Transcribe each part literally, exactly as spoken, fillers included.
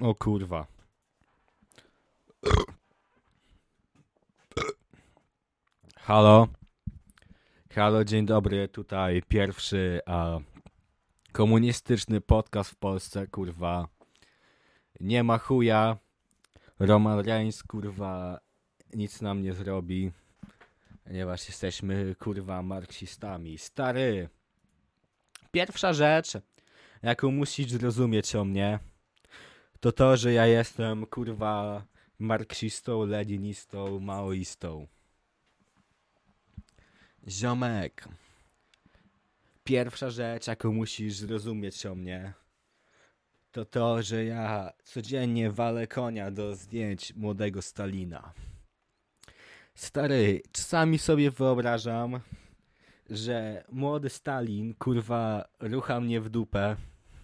O kurwa. Halo. Halo, dzień dobry. Tutaj pierwszy a, komunistyczny podcast w Polsce, kurwa. Nie ma chuja. Roman Reigns, kurwa, nic nam nie zrobi. Ponieważ jesteśmy, kurwa, marksistami. Stary. Pierwsza rzecz, jaką musisz zrozumieć o mnie, to to, że ja jestem, kurwa, marksistą, leninistą, maoistą. Ziomek. Pierwsza rzecz, jaką musisz zrozumieć o mnie, to to, że ja codziennie walę konia do zdjęć młodego Stalina. Stary, czasami sobie wyobrażam, że młody Stalin, kurwa, rucha mnie w dupę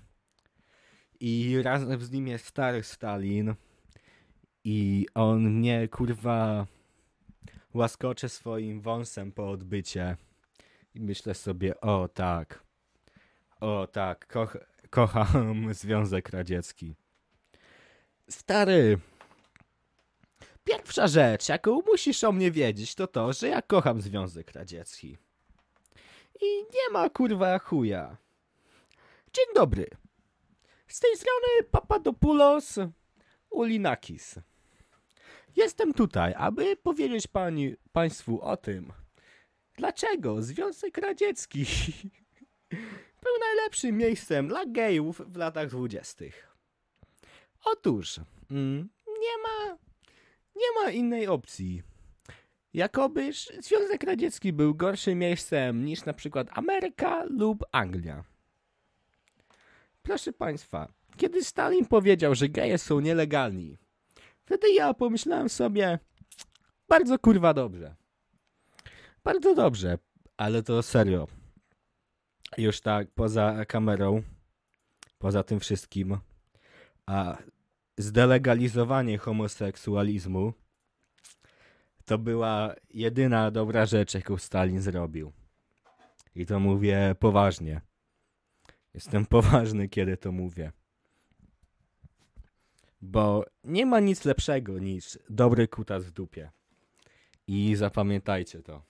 i razem z nim jest stary Stalin i on mnie, kurwa, łaskocze swoim wąsem po odbycie i myślę sobie, o tak, o tak, koch kocham Związek Radziecki. Stary, pierwsza rzecz, jaką musisz o mnie wiedzieć, to to, że ja kocham Związek Radziecki. I nie ma, kurwa, chuja. Dzień dobry. Z tej strony Papadopoulos Ulinakis. Jestem tutaj, aby powiedzieć pani, państwu o tym, dlaczego Związek Radziecki był najlepszym miejscem dla gejów w latach dwudziestych. Otóż mm, nie ma, nie ma innej opcji. Jakobyż Związek Radziecki był gorszym miejscem niż na przykład Ameryka lub Anglia. Proszę państwa, kiedy Stalin powiedział, że geje są nielegalni, wtedy ja pomyślałem sobie, bardzo kurwa dobrze. Bardzo dobrze, ale to serio. Już tak poza kamerą, poza tym wszystkim, a zdelegalizowanie homoseksualizmu to była jedyna dobra rzecz, jaką Stalin zrobił. I to mówię poważnie. Jestem poważny, kiedy to mówię. Bo nie ma nic lepszego niż dobry kutas w dupie. I zapamiętajcie to.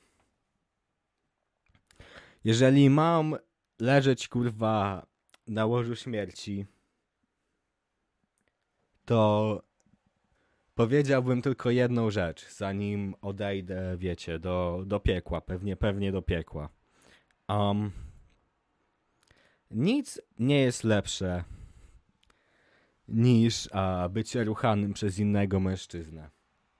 Jeżeli mam leżeć, kurwa, na łożu śmierci, to powiedziałbym tylko jedną rzecz, zanim odejdę, wiecie, do, do piekła. Pewnie, pewnie do piekła. Um, nic nie jest lepsze niż a, bycie ruchanym przez innego mężczyznę.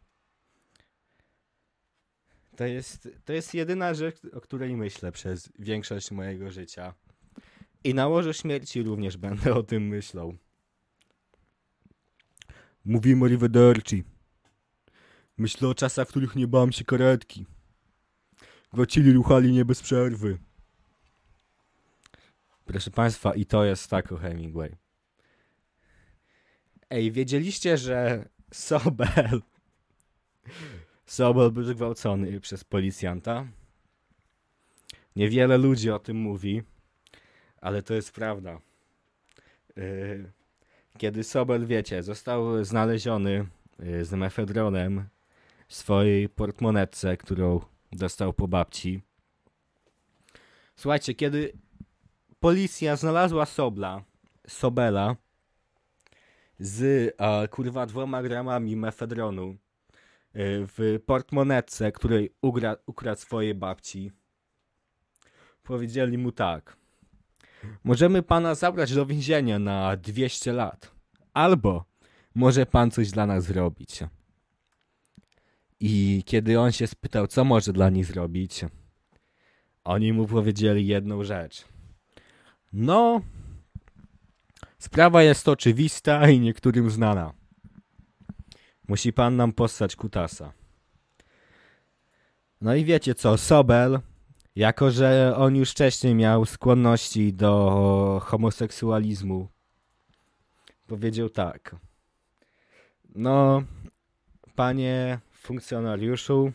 To jest, to jest jedyna rzecz, o której myślę przez większość mojego życia. I na łożu śmierci również będę o tym myślał. Mówimy arrivederci. Myślę o czasach, w których nie bałem się karetki. Gwałcili, ruchali nie bez przerwy. Proszę państwa, i to jest tak o Hemingway. Ej, wiedzieliście, że Sobel... Sobel był zgwałcony przez policjanta? Niewiele ludzi o tym mówi, ale to jest prawda. Yy, kiedy Sobel, wiecie, został znaleziony yy, z mefedronem w swojej portmonetce, którą dostał po babci. Słuchajcie, kiedy policja znalazła Sobla, Sobela z a, kurwa dwoma gramami mefedronu w portmonetce, której ugra, ukradł swojej babci, powiedzieli mu tak: możemy pana zabrać do więzienia na dwieście lat, albo może pan coś dla nas zrobić. I kiedy on się spytał, co może dla nich zrobić, oni mu powiedzieli jedną rzecz: no, sprawa jest oczywista i niektórym znana. Musi pan nam possać kutasa. No i wiecie co, Sobel, jako że on już wcześniej miał skłonności do homoseksualizmu, powiedział tak: no, panie funkcjonariuszu,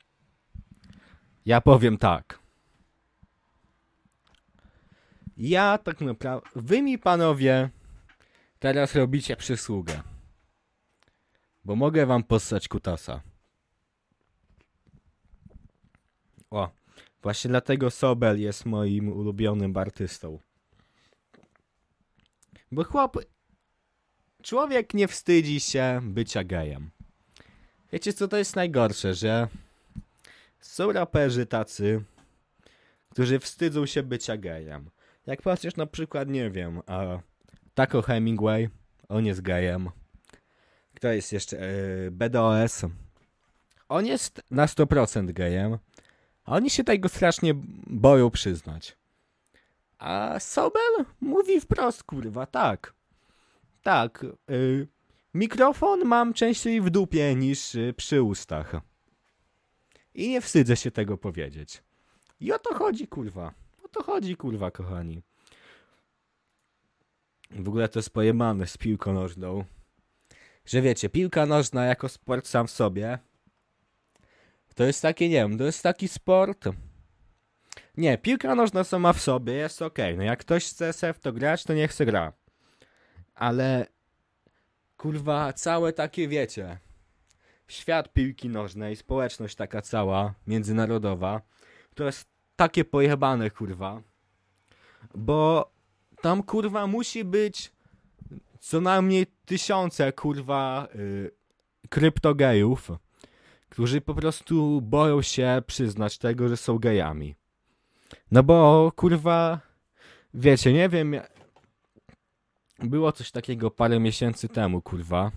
ja powiem tak. Ja tak naprawdę, wy mi panowie Teraz robicie przysługę. Bo mogę wam possać kutasa. O, właśnie dlatego Sobel jest moim ulubionym artystą. Bo chłop... Człowiek nie wstydzi się bycia gejem. Wiecie co to jest najgorsze, że są raperzy tacy, którzy wstydzą się bycia gejem. Jak patrzysz na przykład, nie wiem, a Taco Hemingway, on jest gejem. Kto jest jeszcze? Yy, B D O S. On jest na sto procent gejem. A oni się tego strasznie boją przyznać. A Sobel mówi wprost, kurwa, tak. Tak. Yy, mikrofon mam częściej w dupie niż yy, przy ustach. I nie wstydzę się tego powiedzieć. I o to chodzi, kurwa. O to chodzi, kurwa, kochani. W ogóle to jest pojemane z piłką nożną. Że wiecie, piłka nożna jako sport sam w sobie to jest takie, nie wiem, to jest taki sport. Nie, piłka nożna sama w sobie jest okej. No jak ktoś chce se w to grać, to niech se gra. Ale kurwa, całe takie, wiecie, świat piłki nożnej, społeczność taka cała, międzynarodowa, to jest takie pojebane, kurwa. Bo tam, kurwa, musi być co najmniej tysiące, kurwa, yy, kryptogejów, którzy po prostu boją się przyznać tego, że są gejami. No bo, kurwa, wiecie, nie wiem, było coś takiego parę miesięcy temu, kurwa,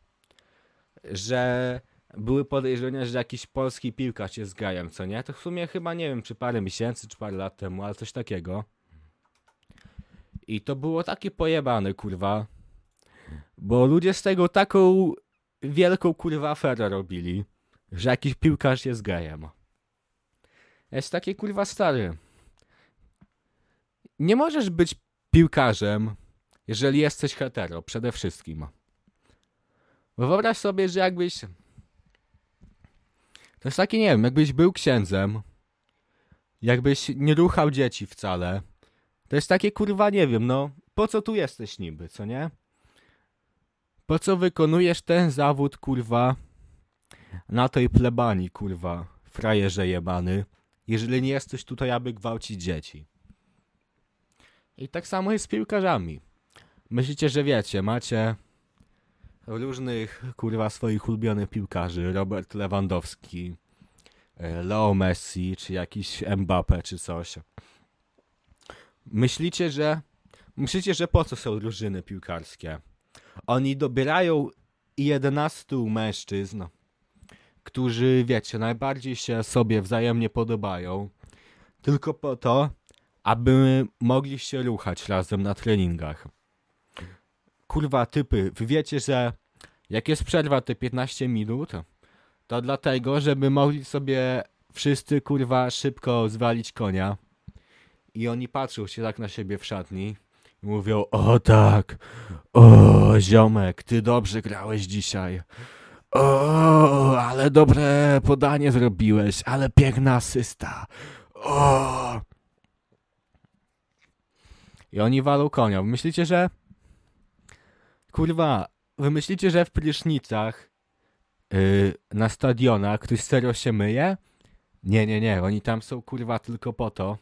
że były podejrzenia, że jakiś polski piłkarz jest gejem, co nie? To w sumie chyba, nie wiem, czy parę miesięcy, czy parę lat temu, ale coś takiego. I to było takie pojebane, kurwa, bo ludzie z tego taką wielką, kurwa, aferę robili, że jakiś piłkarz jest gejem. Jest takie, kurwa, stary. Nie możesz być piłkarzem, jeżeli jesteś hetero, przede wszystkim. Bo wyobraź sobie, że jakbyś... To jest takie, nie wiem, jakbyś był księdzem, jakbyś nie ruchał dzieci wcale. To jest takie, kurwa, nie wiem, no, po co tu jesteś niby, co nie? Po co wykonujesz ten zawód, kurwa, na tej plebanii, kurwa, frajerze jebany, jeżeli nie jesteś tutaj, aby gwałcić dzieci? I tak samo jest z piłkarzami. Myślicie, że wiecie, macie różnych, kurwa, swoich ulubionych piłkarzy, Robert Lewandowski, Leo Messi, czy jakiś Mbappé, czy coś. Myślicie, że myślicie, że po co są drużyny piłkarskie? Oni dobierają jedenastu mężczyzn, którzy, wiecie, najbardziej się sobie wzajemnie podobają, tylko po to, aby mogli się ruchać razem na treningach. Kurwa, typy, wy wiecie, że jak jest przerwa te piętnaście minut, to dlatego, żeby mogli sobie wszyscy, kurwa, szybko zwalić konia. I oni patrzą się tak na siebie w szatni i mówią: o tak, o ziomek, ty dobrze grałeś dzisiaj. O, ale dobre podanie zrobiłeś, ale piękna asysta. O. I oni walą konia. Myślicie, że... Kurwa, wy myślicie, że w prysznicach yy, na stadionach ktoś serio się myje? Nie, nie, nie. Oni tam są, kurwa, tylko po to,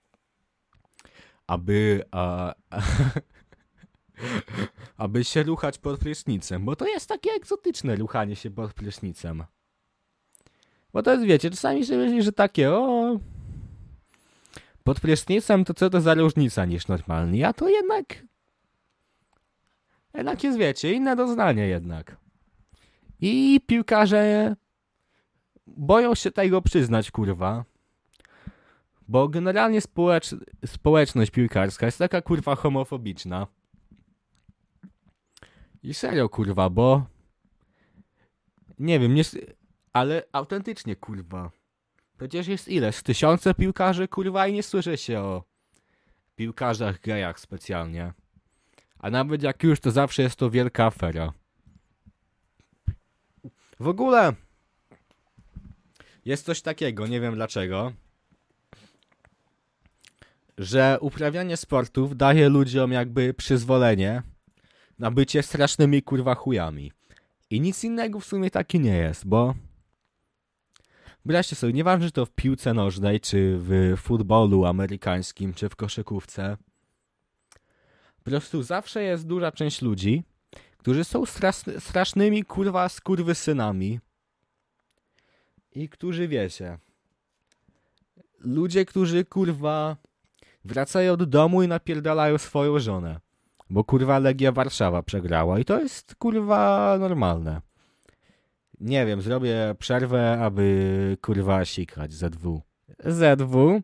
aby... A, aby się ruchać pod prysznicem. Bo to jest takie egzotyczne ruchanie się pod prysznicem. Bo to jest, wiecie, czasami się myśli, że takie, o... Pod prysznicem to co to za różnica niż normalnie, a to jednak... Jednak jest, wiecie, inne doznanie jednak. I piłkarze boją się tego przyznać, kurwa. Bo generalnie społecz... społeczność piłkarska jest taka, kurwa, homofobiczna. I serio, kurwa, bo... Nie wiem, nie... Ale autentycznie, kurwa. Przecież jest ile? Z tysiące piłkarzy, kurwa, i nie słyszę się o piłkarzach gejach specjalnie. A nawet jak już, to zawsze jest to wielka afera. W ogóle jest coś takiego, nie wiem dlaczego, że uprawianie sportów daje ludziom jakby przyzwolenie na bycie strasznymi kurwa chujami. I nic innego w sumie taki nie jest, bo wyobraźcie sobie, nieważne czy to w piłce nożnej, czy w futbolu amerykańskim, czy w koszykówce, po prostu zawsze jest duża część ludzi, którzy są stras- strasznymi kurwa skurwysynami i którzy wiecie, ludzie, którzy kurwa wracają do domu i napierdalają swoją żonę, bo kurwa Legia Warszawa przegrała i to jest kurwa normalne. Nie wiem, zrobię przerwę, aby kurwa sikać Z W. Z W?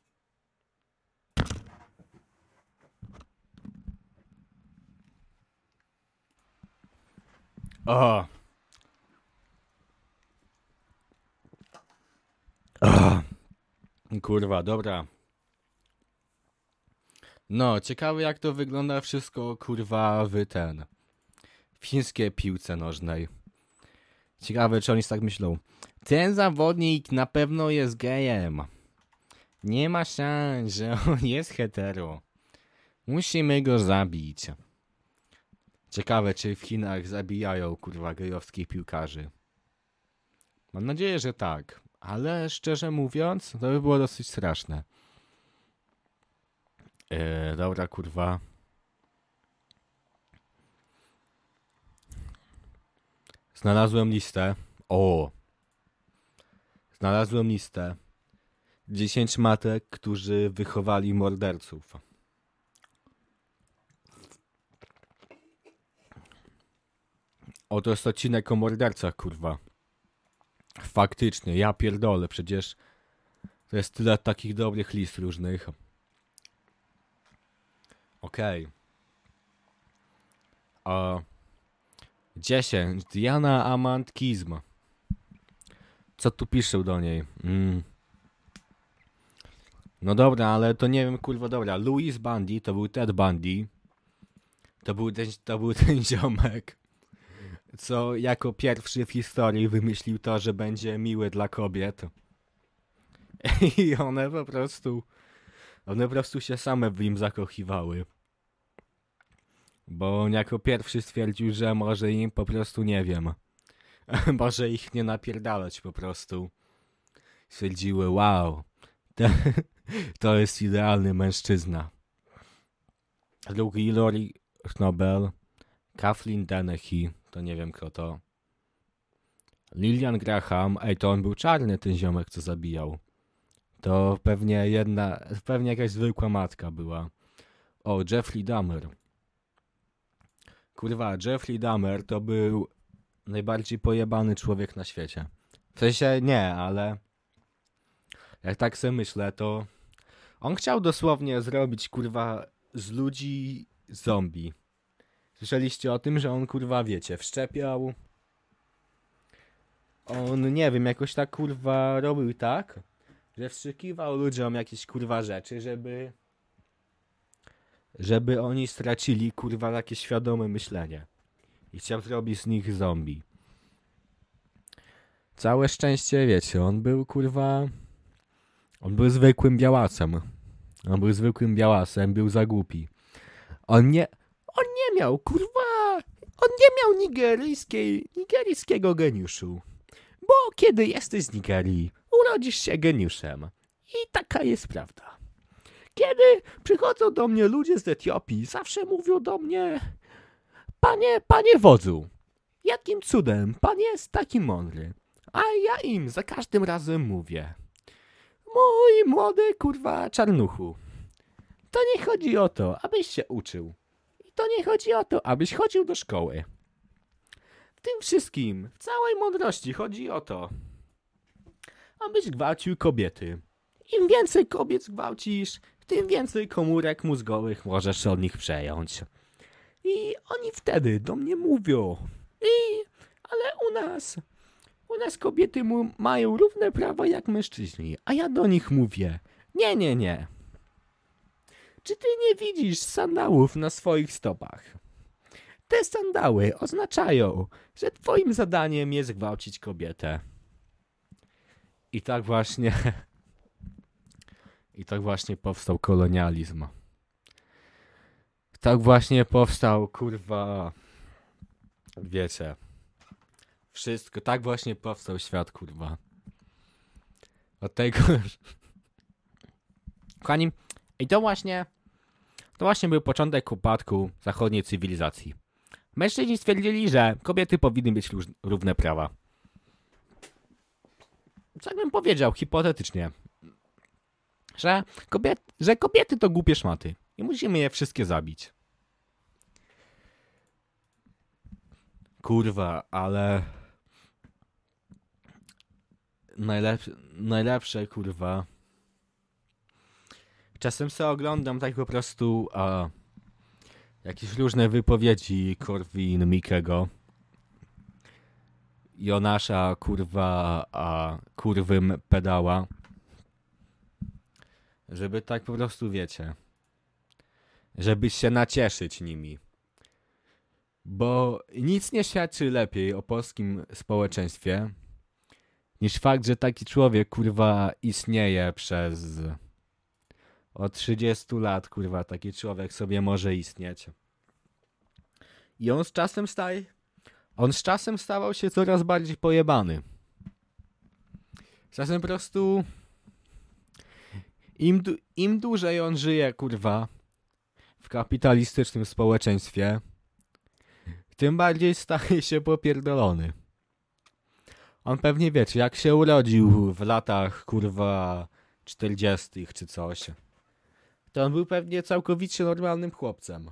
O! O! Kurwa, dobra. No, ciekawe jak to wygląda wszystko kurwa w ten... w chińskiej piłce nożnej. Ciekawe, czy oni tak myślą. Ten zawodnik na pewno jest gejem. Nie ma szans, że on jest hetero. Musimy go zabić. Ciekawe, czy w Chinach zabijają, kurwa, gejowskich piłkarzy. Mam nadzieję, że tak. Ale szczerze mówiąc, to by było dosyć straszne. Eee, dobra, kurwa. Znalazłem listę. O! Znalazłem listę. dziesięć matek, którzy wychowali morderców. O, to jest odcinek o mordercach, kurwa. Faktycznie, ja pierdolę, przecież to jest tyle takich dobrych list różnych. Okej. Okay. O... dziesięć. Diana Amand Kizm. Co tu piszę do niej? Mm. No dobra, ale to nie wiem, kurwa, dobra. Louis Bundy, to był Ted Bundy. To był ten, to był ten ziomek, co jako pierwszy w historii wymyślił to, że będzie miły dla kobiet. I one po prostu... One po prostu się same w nim zakochiwały. Bo on jako pierwszy stwierdził, że może im po prostu, nie wiem, może ich nie napierdalać po prostu. Stwierdziły, wow, to, to jest idealny mężczyzna. Drugi Lori Knobel, Kathleen Dennehy, to nie wiem kto to. Lillian Graham, ej, to on był czarny, ten ziomek, co zabijał. To pewnie jedna, pewnie jakaś zwykła matka była. O, Jeffrey Dahmer. Kurwa, Jeffrey Dahmer to był najbardziej pojebany człowiek na świecie. W sensie nie, ale jak tak sobie myślę, to on chciał dosłownie zrobić, kurwa, z ludzi zombie. Słyszeliście o tym, że on, kurwa, wiecie, wszczepiał... On, nie wiem, jakoś tak, kurwa, robił tak, że wstrzykiwał ludziom jakieś, kurwa, rzeczy, żeby... żeby oni stracili, kurwa, takie świadome myślenie. I chciał zrobić z nich zombie. Całe szczęście, wiecie, on był, kurwa... On był zwykłym białasem. On był zwykłym białasem, był za głupi. On nie... On nie miał, kurwa... On nie miał nigeryjskiej... nigeryjskiego geniuszu. Bo kiedy jesteś z Nigerii, urodzisz się geniuszem. I taka jest prawda. Kiedy przychodzą do mnie ludzie z Etiopii, zawsze mówią do mnie: Panie, panie wodzu, jakim cudem pan jest taki mądry? A ja im za każdym razem mówię: mój młody kurwa czarnuchu, to nie chodzi o to, abyś się uczył. I to nie chodzi o to, abyś chodził do szkoły. W tym wszystkim, w całej mądrości chodzi o to, abyś gwałcił kobiety. Im więcej kobiet gwałcisz, tym więcej komórek mózgowych możesz od nich przejąć. I oni wtedy do mnie mówią: I, ale u nas, u nas kobiety mu mają równe prawa jak mężczyźni. A ja do nich mówię: nie, nie, nie. Czy ty nie widzisz sandałów na swoich stopach? Te sandały oznaczają, że twoim zadaniem jest gwałcić kobietę. I tak właśnie... I tak właśnie powstał kolonializm. Tak właśnie powstał, kurwa, wiecie, wszystko, tak właśnie powstał świat, kurwa. Od tego, kochani, i to właśnie, to właśnie był początek upadku zachodniej cywilizacji. Mężczyźni stwierdzili, że kobiety powinny mieć róż- równe prawa. Co bym powiedział, hipotetycznie, że, kobiet, że kobiety to głupie szmaty i musimy je wszystkie zabić. Kurwa, ale najlepsze, najlepsze kurwa. Czasem sobie oglądam tak po prostu a, jakieś różne wypowiedzi Korwin Mikkego. Jonasza, kurwa, a kurwym pedała. Żeby tak po prostu, wiecie, żeby się nacieszyć nimi. Bo nic nie świadczy lepiej o polskim społeczeństwie niż fakt, że taki człowiek, kurwa, istnieje przez... Od trzydziestu lat, kurwa, taki człowiek sobie może istnieć. I on z czasem staje... On z czasem stawał się coraz bardziej pojebany. Czasem po prostu... Im, du- im dłużej on żyje, kurwa, w kapitalistycznym społeczeństwie, tym bardziej staje się popierdolony. On pewnie, wiecie, jak się urodził w latach, kurwa, czterdziestych czy coś, to on był pewnie całkowicie normalnym chłopcem.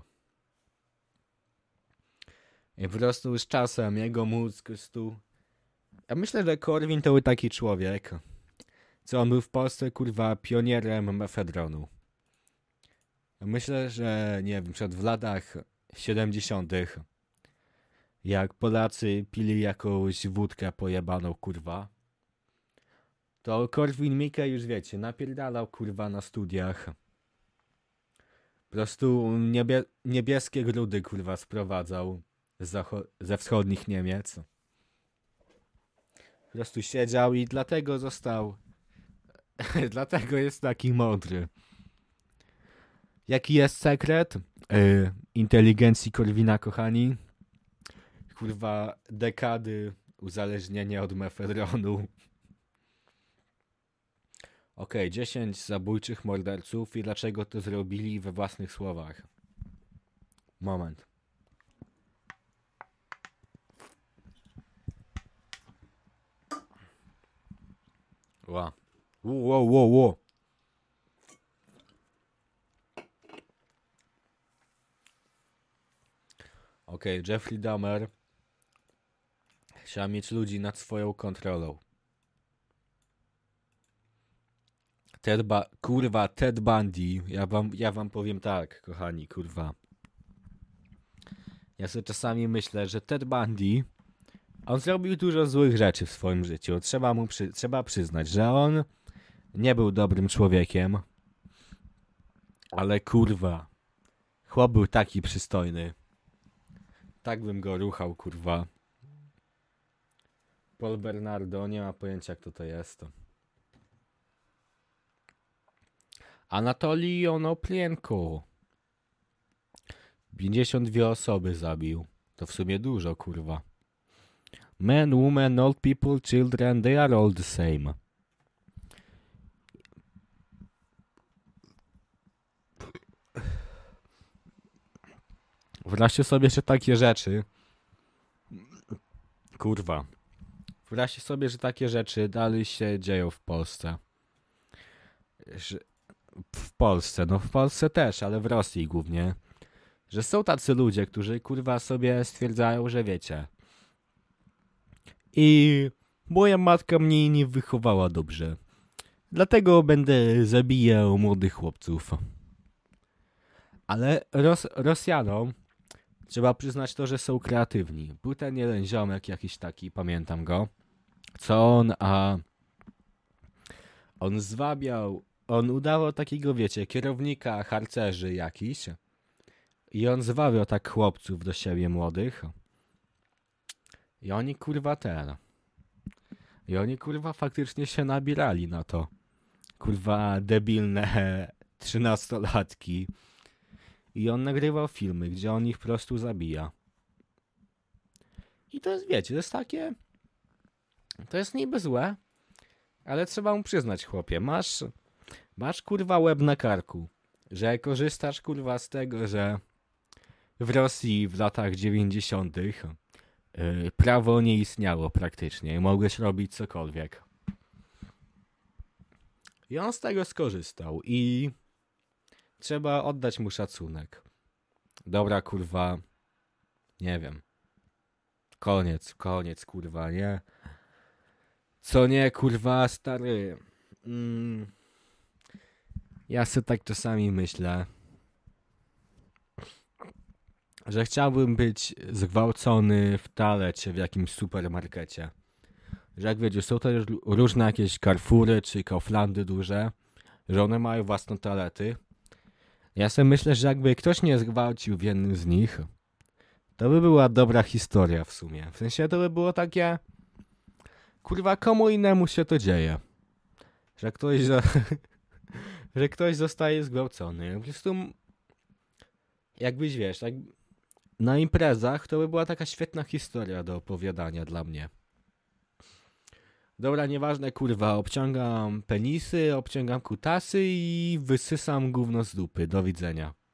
I po prostu z czasem jego mózg po prostu... Ja myślę, że Korwin to był taki człowiek, co on był w Polsce, kurwa, pionierem mefedronu. Myślę, że, nie wiem, przed w latach siedemdziesiątych jak Polacy pili jakąś wódkę pojebaną, kurwa, to Korwin Mikke już, wiecie, napierdalał, kurwa, na studiach. Po prostu niebie- niebieskie grudy, kurwa, sprowadzał z zacho- ze wschodnich Niemiec. Po prostu siedział i dlatego został... dlatego jest taki mądry. Jaki jest sekret yy, inteligencji Korwina, kochani? Kurwa, dekady uzależnienia od mefedronu. Okej, okay, dziesięć zabójczych morderców i dlaczego to zrobili we własnych słowach. Moment. Ła. Wow, wow, wow. Okej, okay, Jeffrey Dahmer chciał mieć ludzi nad swoją kontrolą. Ted ba- kurwa, Ted Bundy, ja wam, ja wam powiem tak, kochani, kurwa. Ja sobie czasami myślę, że Ted Bundy, on zrobił dużo złych rzeczy w swoim życiu. Trzeba mu przy- trzeba przyznać, że on nie był dobrym człowiekiem. Ale kurwa, chłop był taki przystojny. Tak bym go ruchał, kurwa. Paul Bernardo, nie ma pojęcia, kto to jest. Anatolij Onoplienko. pięćdziesiąt dwie osoby zabił. To w sumie dużo, kurwa. Men, women, old people, children, they are all the same. Wyobraźcie sobie, że takie rzeczy... Kurwa. Wyobraźcie sobie, że takie rzeczy dalej się dzieją w Polsce. Że... W Polsce, no w Polsce też, ale w Rosji głównie. Że są tacy ludzie, którzy kurwa sobie stwierdzają, że wiecie. I moja matka mnie nie wychowała dobrze. Dlatego będę zabijał młodych chłopców. Ale Ros- Rosjanom trzeba przyznać to, że są kreatywni. Był ten jeden ziomek jakiś taki, pamiętam go. Co on, a... On zwabiał... On udawał takiego, wiecie, kierownika harcerzy jakiś. I on zwabiał tak chłopców do siebie młodych. I oni kurwa ten. I oni kurwa faktycznie się nabierali na to. Kurwa debilne trzynastolatki. i on nagrywał filmy, gdzie on ich po prostu zabija. I to jest, wiecie, to jest takie... To jest niby złe, ale trzeba mu przyznać, chłopie, masz... Masz, kurwa, łeb na karku, że korzystasz, kurwa, z tego, że w Rosji w latach dziewięćdziesiątych yy, prawo nie istniało praktycznie i mogłeś robić cokolwiek. I on z tego skorzystał i trzeba oddać mu szacunek. Dobra, kurwa, nie wiem. Koniec, koniec, kurwa, nie? Co nie, kurwa, stary. Mm. Ja sobie tak czasami myślę, że chciałbym być zgwałcony w toalecie w jakimś supermarkecie. Że jak wiecie, są też różne jakieś Carrefoury czy Kauflandy duże, że one mają własne toalety. Ja sobie myślę, że jakby ktoś mnie zgwałcił w jednym z nich, to by była dobra historia w sumie. W sensie to by było takie... Kurwa, komu innemu się to dzieje? Że ktoś... Za... że ktoś zostaje zgwałcony. Po prostu... Jakbyś, wiesz, tak... Na imprezach to by była taka świetna historia do opowiadania dla mnie. Dobra, nieważne, kurwa, obciągam penisy, obciągam kutasy i wysysam gówno z dupy. Do widzenia.